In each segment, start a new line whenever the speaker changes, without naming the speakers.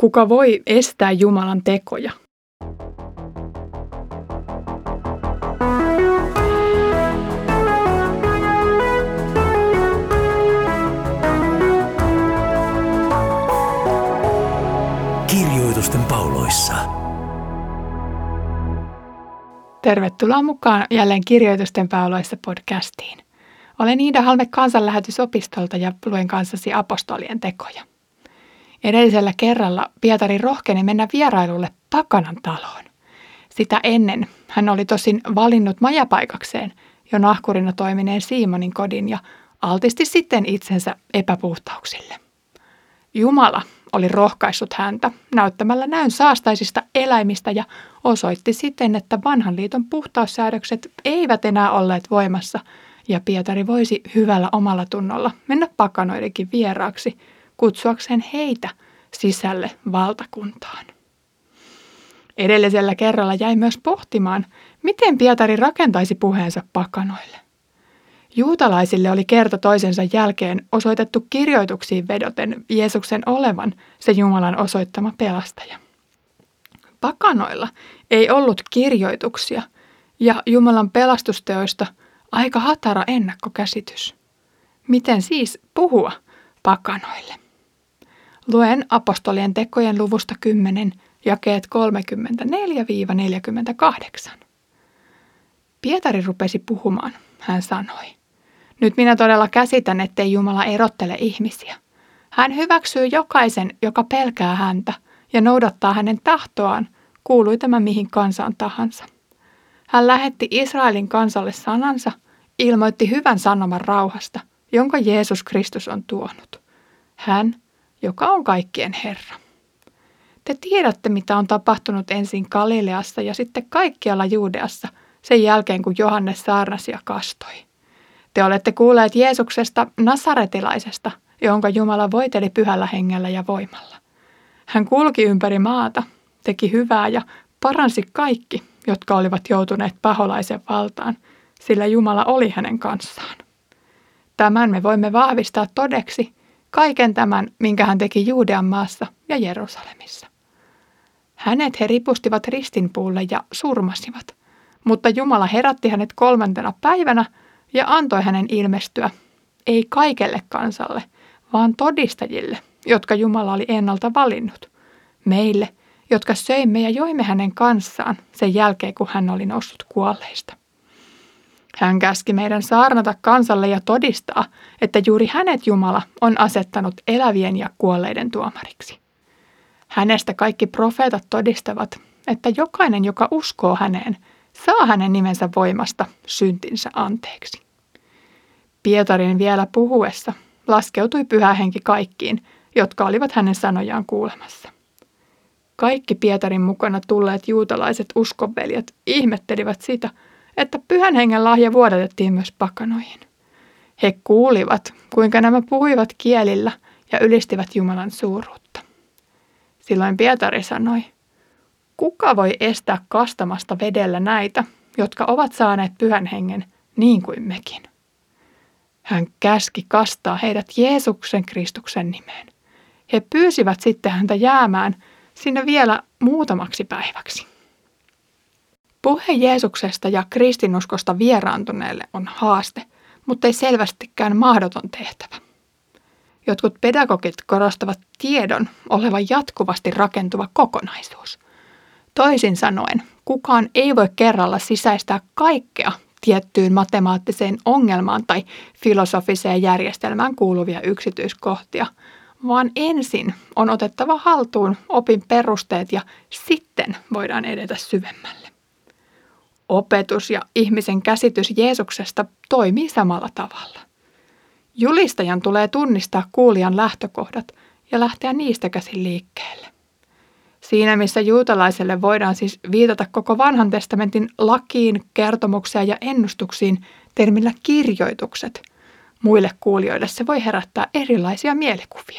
Kuka voi estää Jumalan tekoja?
Kirjoitusten pauloissa.
Tervetuloa mukaan jälleen Kirjoitusten pauloissa podcastiin. Olen Iida Halme Kansanlähetysopistolta ja luen kanssasi apostolien tekoja. Edellisellä kerralla Pietari rohkeni mennä vierailulle pakanan taloon. Sitä ennen hän oli tosin valinnut majapaikakseen jo nahkurina toimineen Simonin kodin ja altisti sitten itsensä epäpuhtauksille. Jumala oli rohkaissut häntä näyttämällä näyn saastaisista eläimistä ja osoitti siten, että vanhan liiton puhtaussäädökset eivät enää olleet voimassa ja Pietari voisi hyvällä omalla tunnolla mennä pakanoidenkin vieraaksi kutsuakseen heitä sisälle valtakuntaan. Edellisellä kerralla jäi myös pohtimaan, miten Pietari rakentaisi puheensa pakanoille. Juutalaisille oli kerta toisensa jälkeen osoitettu kirjoituksiin vedoten Jeesuksen olevan se Jumalan osoittama pelastaja. Pakanoilla ei ollut kirjoituksia ja Jumalan pelastusteoista aika hatara ennakkokäsitys. Miten siis puhua pakanoille? Luen apostolien tekojen luvusta 10, jakeet 34-48. Pietari rupesi puhumaan. Hän sanoi, nyt minä todella käsitän, ettei Jumala erottele ihmisiä. Hän hyväksyy jokaisen, joka pelkää häntä ja noudattaa hänen tahtoaan, kuului tämä mihin kansaan tahansa. Hän lähetti Israelin kansalle sanansa, ilmoitti hyvän sanoman rauhasta, jonka Jeesus Kristus on tuonut. Hän, joka on kaikkien Herra. Te tiedätte, mitä on tapahtunut ensin Galileassa ja sitten kaikkialla Juudeassa sen jälkeen, kun Johannes saarnasi ja kastoi. Te olette kuulleet Jeesuksesta nasaretilaisesta, jonka Jumala voiteli pyhällä hengellä ja voimalla. Hän kulki ympäri maata, teki hyvää ja paransi kaikki, jotka olivat joutuneet paholaisen valtaan, sillä Jumala oli hänen kanssaan. Tämän me voimme vahvistaa todeksi, kaiken tämän, minkä hän teki Juudean maassa ja Jerusalemissa. Hänet he ripustivat ristinpuulle ja surmasivat, mutta Jumala herätti hänet 3. päivänä ja antoi hänen ilmestyä, ei kaikelle kansalle, vaan todistajille, jotka Jumala oli ennalta valinnut, meille, jotka söimme ja joimme hänen kanssaan sen jälkeen, kun hän oli noussut kuolleista. Hän käski meidän saarnata kansalle ja todistaa, että juuri hänet Jumala on asettanut elävien ja kuolleiden tuomariksi. Hänestä kaikki profeetat todistavat, että jokainen, joka uskoo häneen, saa hänen nimensä voimasta syntinsä anteeksi. Pietarin vielä puhuessa laskeutui Pyhä Henki kaikkiin, jotka olivat hänen sanojaan kuulemassa. Kaikki Pietarin mukana tulleet juutalaiset uskonveljet ihmettelivät sitä, että Pyhän Hengen lahja vuodatettiin myös pakanoihin. He kuulivat, kuinka nämä puhuivat kielillä ja ylistivät Jumalan suuruutta. Silloin Pietari sanoi, kuka voi estää kastamasta vedellä näitä, jotka ovat saaneet Pyhän Hengen niin kuin mekin? Hän käski kastaa heidät Jeesuksen Kristuksen nimeen. He pyysivät sitten häntä jäämään sinne vielä muutamaksi päiväksi. Puhe Jeesuksesta ja kristinuskosta vieraantuneelle on haaste, mutta ei selvästikään mahdoton tehtävä. Jotkut pedagogit korostavat tiedon olevan jatkuvasti rakentuva kokonaisuus. Toisin sanoen, kukaan ei voi kerralla sisäistää kaikkea tiettyyn matemaattiseen ongelmaan tai filosofiseen järjestelmään kuuluvia yksityiskohtia, vaan ensin on otettava haltuun opin perusteet ja sitten voidaan edetä syvemmälle. Opetus ja ihmisen käsitys Jeesuksesta toimii samalla tavalla. Julistajan tulee tunnistaa kuulijan lähtökohdat ja lähteä niistä käsin liikkeelle. Siinä, missä juutalaiselle voidaan siis viitata koko vanhan testamentin lakiin, kertomukseen ja ennustuksiin termillä kirjoitukset, muille kuulijoille se voi herättää erilaisia mielikuvia.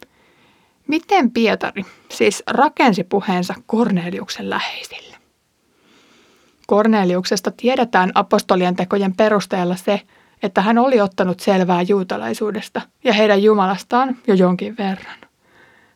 Miten Pietari siis rakensi puheensa Korneliuksen läheisille? Korneliuksesta tiedetään apostolien tekojen perusteella se, että hän oli ottanut selvää juutalaisuudesta ja heidän Jumalastaan jo jonkin verran.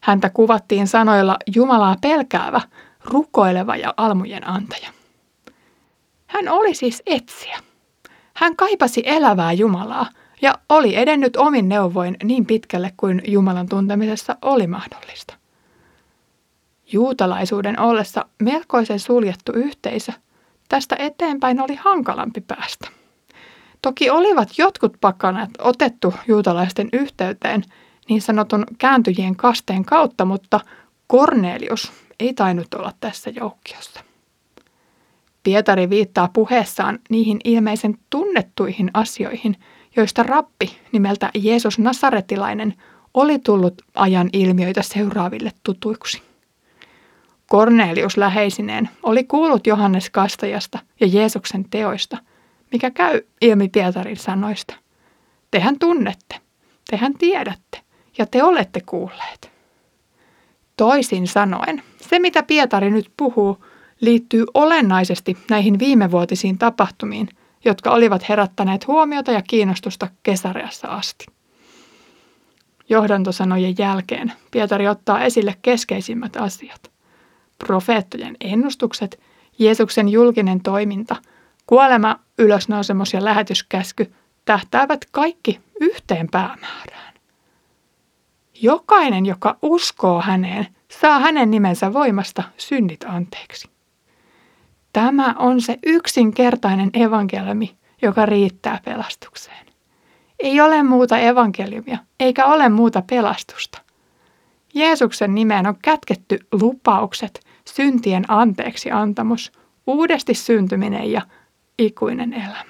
Häntä kuvattiin sanoilla Jumalaa pelkäävä, rukoileva ja almujen antaja. Hän oli siis etsijä. Hän kaipasi elävää Jumalaa ja oli edennyt omin neuvoin niin pitkälle kuin Jumalan tuntemisessa oli mahdollista. Juutalaisuuden ollessa melkoisen suljettu yhteisö, tästä eteenpäin oli hankalampi päästä. Toki olivat jotkut pakanat otettu juutalaisten yhteyteen niin sanotun kääntyjien kasteen kautta, mutta Kornelius ei tainnut olla tässä joukkiossa. Pietari viittaa puheessaan niihin ilmeisen tunnettuihin asioihin, joista rabbi nimeltä Jeesus Nasaretilainen oli tullut ajan ilmiöitä seuraaville tutuiksi. Kornelius läheisineen oli kuullut Johannes Kastajasta ja Jeesuksen teoista, mikä käy ilmi Pietarin sanoista. Tehän tunnette, tehän tiedätte ja te olette kuulleet. Toisin sanoen, se mitä Pietari nyt puhuu, liittyy olennaisesti näihin viimevuotisiin tapahtumiin, jotka olivat herättäneet huomiota ja kiinnostusta Kesareassa asti. Johdantosanojen jälkeen Pietari ottaa esille keskeisimmät asiat. Profeettojen ennustukset, Jeesuksen julkinen toiminta, kuolema, ylösnousemus ja lähetyskäsky tähtäävät kaikki yhteen päämäärään. Jokainen, joka uskoo häneen, saa hänen nimensä voimasta synnit anteeksi. Tämä on se yksinkertainen evankeliumi, joka riittää pelastukseen. Ei ole muuta evankeliumia, eikä ole muuta pelastusta. Jeesuksen nimeen on kätketty lupaukset, syntien anteeksi antamus, uudesti syntyminen ja ikuinen elämä.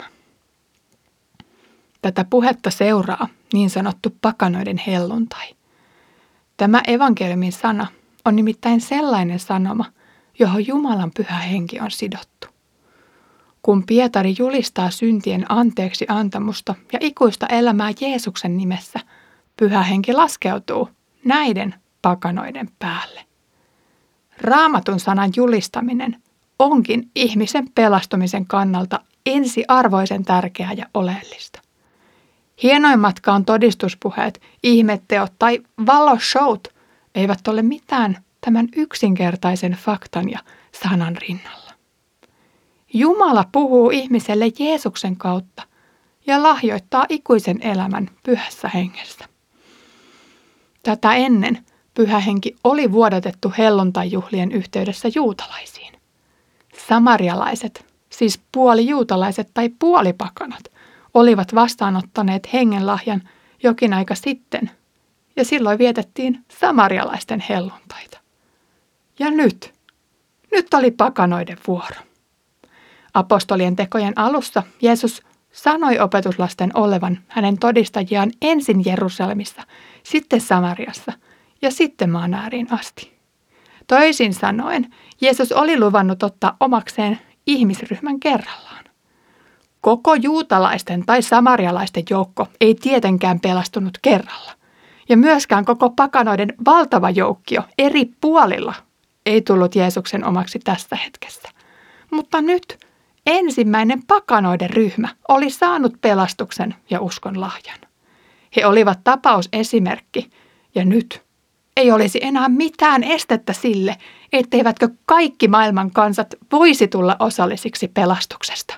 Tätä puhetta seuraa niin sanottu pakanoiden helluntai. Tämä evankeliumin sana on nimittäin sellainen sanoma, johon Jumalan pyhä henki on sidottu. Kun Pietari julistaa syntien anteeksi antamusta ja ikuista elämää Jeesuksen nimessä, pyhä henki laskeutuu näiden pakanoiden päälle. Raamatun sanan julistaminen onkin ihmisen pelastumisen kannalta ensiarvoisen tärkeää ja oleellista. Hienoimmatkaan todistuspuheet, ihmetteot tai valoshowt eivät ole mitään tämän yksinkertaisen faktan ja sanan rinnalla. Jumala puhuu ihmiselle Jeesuksen kautta ja lahjoittaa ikuisen elämän pyhässä hengessä. Tätä ennen pyhä henki oli vuodatettu helluntai-juhlien yhteydessä juutalaisiin. Samarialaiset, siis puolijuutalaiset tai puolipakanat, olivat vastaanottaneet hengenlahjan jokin aika sitten, ja silloin vietettiin samarialaisten helluntaita. Ja nyt oli pakanoiden vuoro. Apostolien tekojen alussa Jeesus sanoi opetuslasten olevan hänen todistajiaan ensin Jerusalemissa, sitten Samariassa ja sitten maan ääriin asti. Toisin sanoen, Jeesus oli luvannut ottaa omakseen ihmisryhmän kerrallaan. Koko juutalaisten tai samarialaisten joukko ei tietenkään pelastunut kerralla. Ja myöskään koko pakanoiden valtava joukkio eri puolilla ei tullut Jeesuksen omaksi tässä hetkessä. Mutta nyt ensimmäinen pakanoiden ryhmä oli saanut pelastuksen ja uskon lahjan. He olivat tapausesimerkki ja nyt ei olisi enää mitään estettä sille, etteivätkö kaikki maailman kansat voisi tulla osallisiksi pelastuksesta.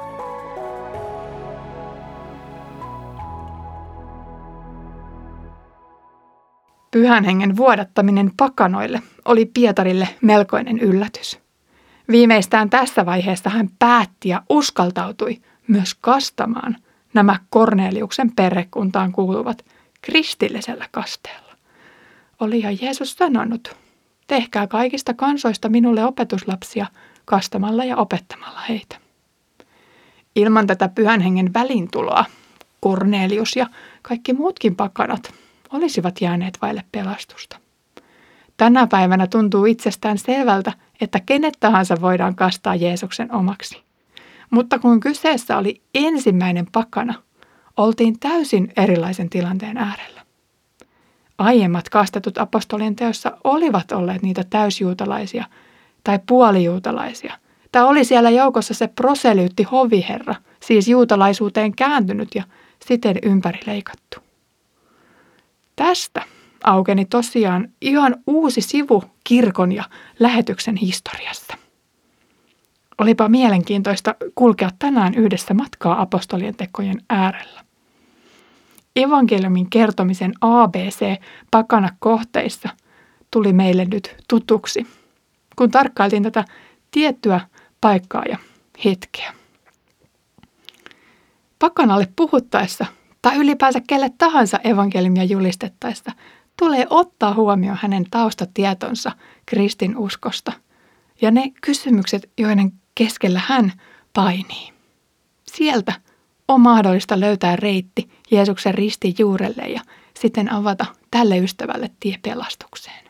Pyhän hengen vuodattaminen pakanoille oli Pietarille melkoinen yllätys. Viimeistään tässä vaiheessa hän päätti ja uskaltautui myös kastamaan nämä Korneliuksen perhekuntaan kuuluvat kristillisellä kasteella. Olihan Jeesus sanonut, tehkää kaikista kansoista minulle opetuslapsia kastamalla ja opettamalla heitä. Ilman tätä pyhän hengen väliintuloa Kornelius ja kaikki muutkin pakanat olisivat jääneet vaille pelastusta. Tänä päivänä tuntuu itsestään selvältä, että kenet tahansa voidaan kastaa Jeesuksen omaksi. Mutta kun kyseessä oli ensimmäinen pakana, oltiin täysin erilaisen tilanteen äärellä. Aiemmat kastetut apostolien teossa olivat olleet niitä täysjuutalaisia tai puolijuutalaisia. Tai oli siellä joukossa se proselyytti hoviherra, siis juutalaisuuteen kääntynyt ja siten ympärileikattu. Tästä aukeni tosiaan ihan uusi sivu kirkon ja lähetyksen historiassa. Olipa mielenkiintoista kulkea tänään yhdessä matkaa apostolien tekojen äärellä. Evankeliumin kertomisen ABC pakanakohteissa tuli meille nyt tutuksi, kun tarkkailtiin tätä tiettyä paikkaa ja hetkeä. Pakanalle puhuttaessa tai ylipäänsä kelle tahansa evankeliumia julistettaessa tulee ottaa huomioon hänen taustatietonsa kristinuskosta ja ne kysymykset, joiden keskellä hän painii. Sieltä on mahdollista löytää reitti Jeesuksen ristin juurelle ja sitten avata tälle ystävälle tie pelastukseen.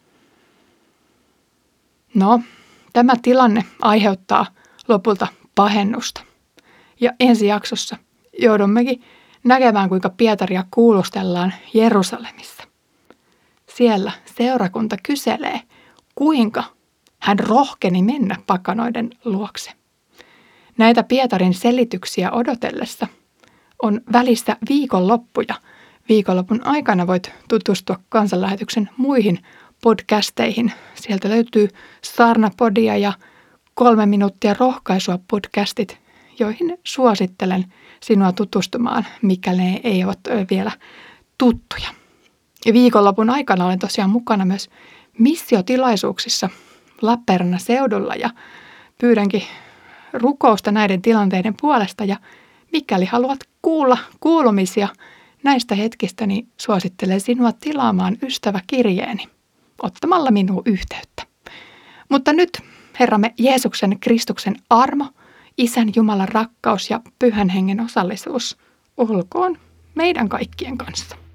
No, tämä tilanne aiheuttaa lopulta pahennusta. Ja ensi jaksossa joudummekin näkemään, kuinka Pietaria kuulustellaan Jerusalemissa. Siellä seurakunta kyselee, kuinka hän rohkeni mennä pakanoiden luokse. Näitä Pietarin selityksiä odotellessa on välissä viikonloppuja. Viikonlopun aikana voit tutustua Kansanlähetyksen muihin podcasteihin. Sieltä löytyy Saarnapodia ja 3 minuuttia rohkaisua podcastit, joihin suosittelen sinua tutustumaan, mikäli ne eivät ole vielä tuttuja. Ja viikonlopun aikana olen tosiaan mukana myös missiotilaisuuksissa Lappeenrannan seudulla ja pyydänkin rukousta näiden tilanteiden puolesta. Ja mikäli haluat kuulla kuulumisia näistä hetkistä, niin suosittelen sinua tilaamaan ystäväkirjeeni ottamalla minuun yhteyttä. Mutta nyt Herramme Jeesuksen Kristuksen armo, Isän Jumalan rakkaus ja Pyhän Hengen osallisuus olkoon meidän kaikkien kanssa.